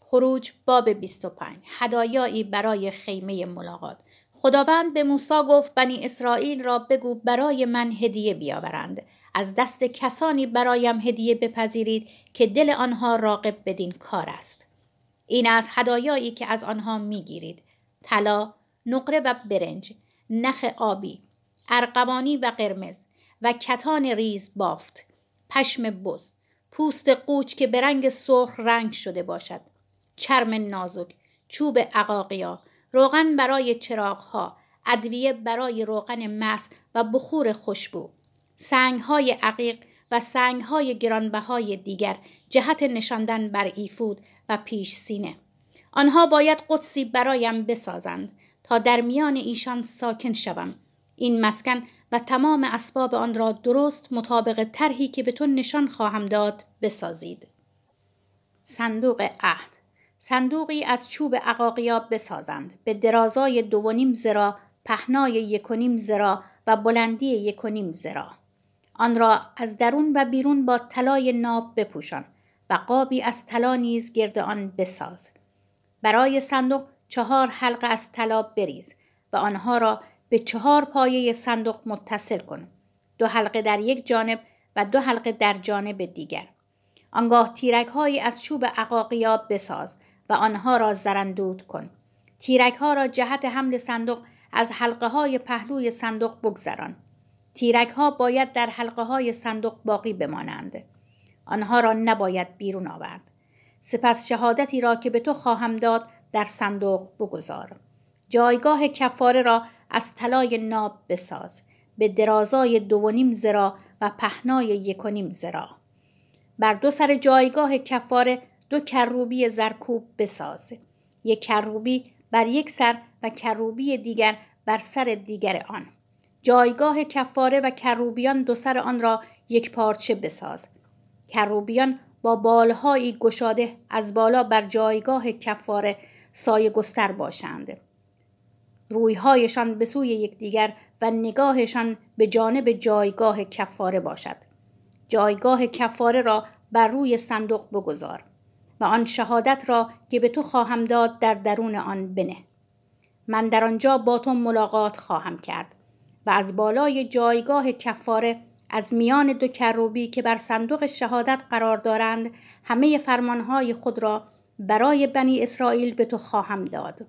خروج باب 25. هدایایی برای خیمه ملاقات. خداوند به موسی گفت بنی اسرائیل را بگو برای من هدیه بیاورند. از دست کسانی برایم هدیه بپذیرید که دل آنها راغب بدین کار است. این از هدایایی که از آنها میگیرید: طلا، نقره و برنج، نخ آبی، ارغوانی و قرمز و کتان ریز بافت، پشم بز، پوست قوچ که به رنگ سرخ رنگ شده باشد، چرم نازک، چوب عقاقیا، روغن برای چراغها، ادویه برای روغن مس و بخور خوشبو، سنگ‌های عقیق و سنگ‌های گرانبهای دیگر جهت نشاندن بر ایفود و پیش سینه. آنها باید قدسی برایم بسازند تا در میان ایشان ساکن شوم. این مسکن و تمام اسباب آن را درست مطابق طرحی که به تو نشان خواهم داد بسازید. صندوق عهد. صندوقی از چوب عقاقیا بسازند، به درازای 2.5 ذراع، پهنای 1.5 ذراع و بلندی 1.5 ذراع. آن را از درون و بیرون با طلای ناب بپوشان و قابی از طلا نیز گرد آن بساز. برای صندوق 4 حلقه از طلا بریز و آنها را به 4 پایه صندوق متصل کن، 2 حلقه در یک جانب و 2 حلقه در جانب دیگر. آنگاه تیرک‌هایی از چوب عقاقیا بساز و آنها را زرندود کن. تیرک‌ها را جهت حمل صندوق از حلقه‌های پهلوی صندوق بگذران. تیرک‌ها باید در حلقه‌های صندوق باقی بمانند. آنها را نباید بیرون آورد. سپس شهادتی را که به تو خواهم داد در صندوق بگذار. جایگاه کفاره را از طلای ناب بساز، به درازای 2.5 ذراع و پهنای 1.5 ذراع. بر 2 سر جایگاه کفاره 2 کروبی زرکوب بساز، 1 کروبی بر یک سر و کروبی دیگر بر سر دیگر آن. جایگاه کفاره و کروبیان 2 سر آن را یک پارچه بساز. کروبیان با بالهایی گشاده از بالا بر جایگاه کفاره سایه گستر باشند. رویهایشان به سوی یکدیگر و نگاهشان به جانب جایگاه کفاره باشد. جایگاه کفاره را بر روی صندوق بگذار و آن شهادت را که به تو خواهم داد در درون آن بنه. من در آنجا با تو ملاقات خواهم کرد و از بالای جایگاه کفاره از میان 2 کروبی که بر صندوق شهادت قرار دارند همه فرمانهای خود را برای بنی اسرائیل به تو خواهم داد.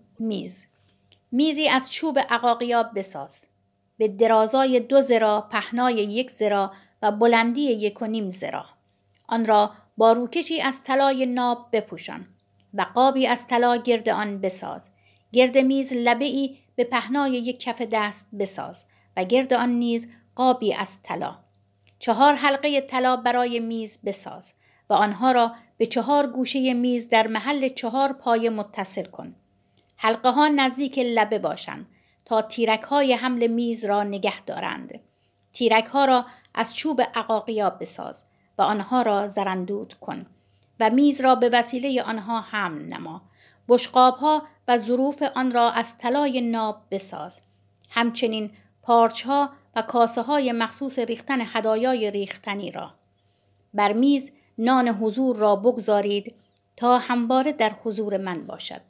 میزی از چوب عقاقیا بساز، به درازای 2 ذراع، پهنای 1 ذراع و بلندی 1.5 ذراع. آن را با روکشی از طلای ناب بپوشان و قابی از طلا گرد آن بساز. گرد میز لبه‌ای به پهنای 1 کف دست بساز و گرد آن نیز قابی از طلا. 4 حلقه طلا برای میز بساز و آنها را به 4 گوشه میز در محل 4 پایه متصل کن. حلقه ها نزدیک لبه باشند تا تیرک های حمل میز را نگه دارند. تیرک ها را از چوب عقاقیا بساز و آنها را زرندود کن و میز را به وسیله آنها حمل نما. بشقاب ها و ظروف آن را از طلای ناب بساز. همچنین پارچ ها و کاسه های مخصوص ریختن هدایای ریختنی را. بر میز نان حضور را بگذارید تا همواره در حضور من باشد.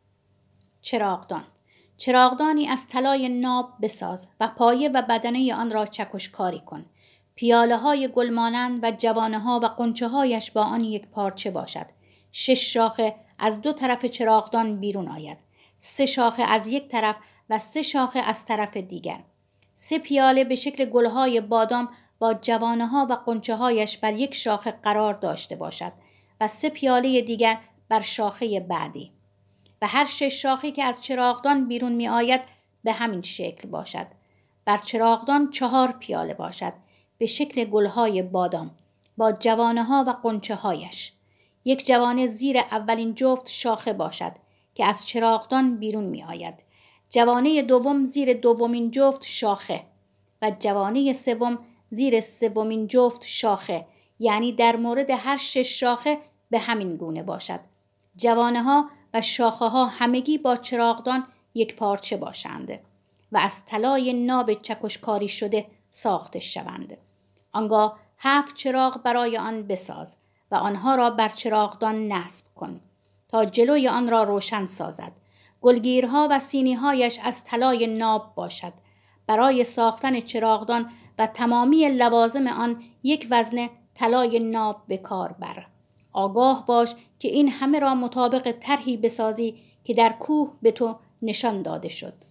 چراغدانی از طلای ناب بساز و پایه و بدنه آن را چکشکاری کن. پیاله های گلمانند و جوانه ها و قنچه هایش با آن یک پارچه باشد. 6 شاخه از 2 طرف چراغدان بیرون آید، 3 شاخه از یک طرف و 3 شاخه از طرف دیگر. 3 پیاله به شکل گلهای بادام با جوانه ها و قنچه هایش بر یک شاخه قرار داشته باشد و 3 پیاله دیگر بر شاخه بعدی. و هر 6 شاخه که از چراغدان بیرون می آید به همین شکل باشد. بر چراغدان 4 پیاله باشد به شکل گلهای بادام با جوانه ها و قنچه هایش. 1 جوانه زیر اولین جفت شاخه باشد که از چراغدان بیرون می آید. جوانه دوم زیر دومین جفت شاخه و جوانه سوم زیر سومین جفت شاخه، یعنی در مورد هر 6 شاخه به همین گونه باشد. جوانه ها و شاخه ها همگی با چراغدان یک پارچه باشند و از طلای ناب چکشکاری شده ساخته شوند. آنگاه 7 چراغ برای آن بساز و آنها را بر چراغدان نصب کن. تا جلوی آن را روشن سازد. گلگیرها و سینی‌هایش از طلای ناب باشد. برای ساختن چراغدان و تمامی لوازم آن یک وزنه طلای ناب به کار بر. آگاه باش که این همه را مطابق طرحی بسازی که در کوه به تو نشان داده شد.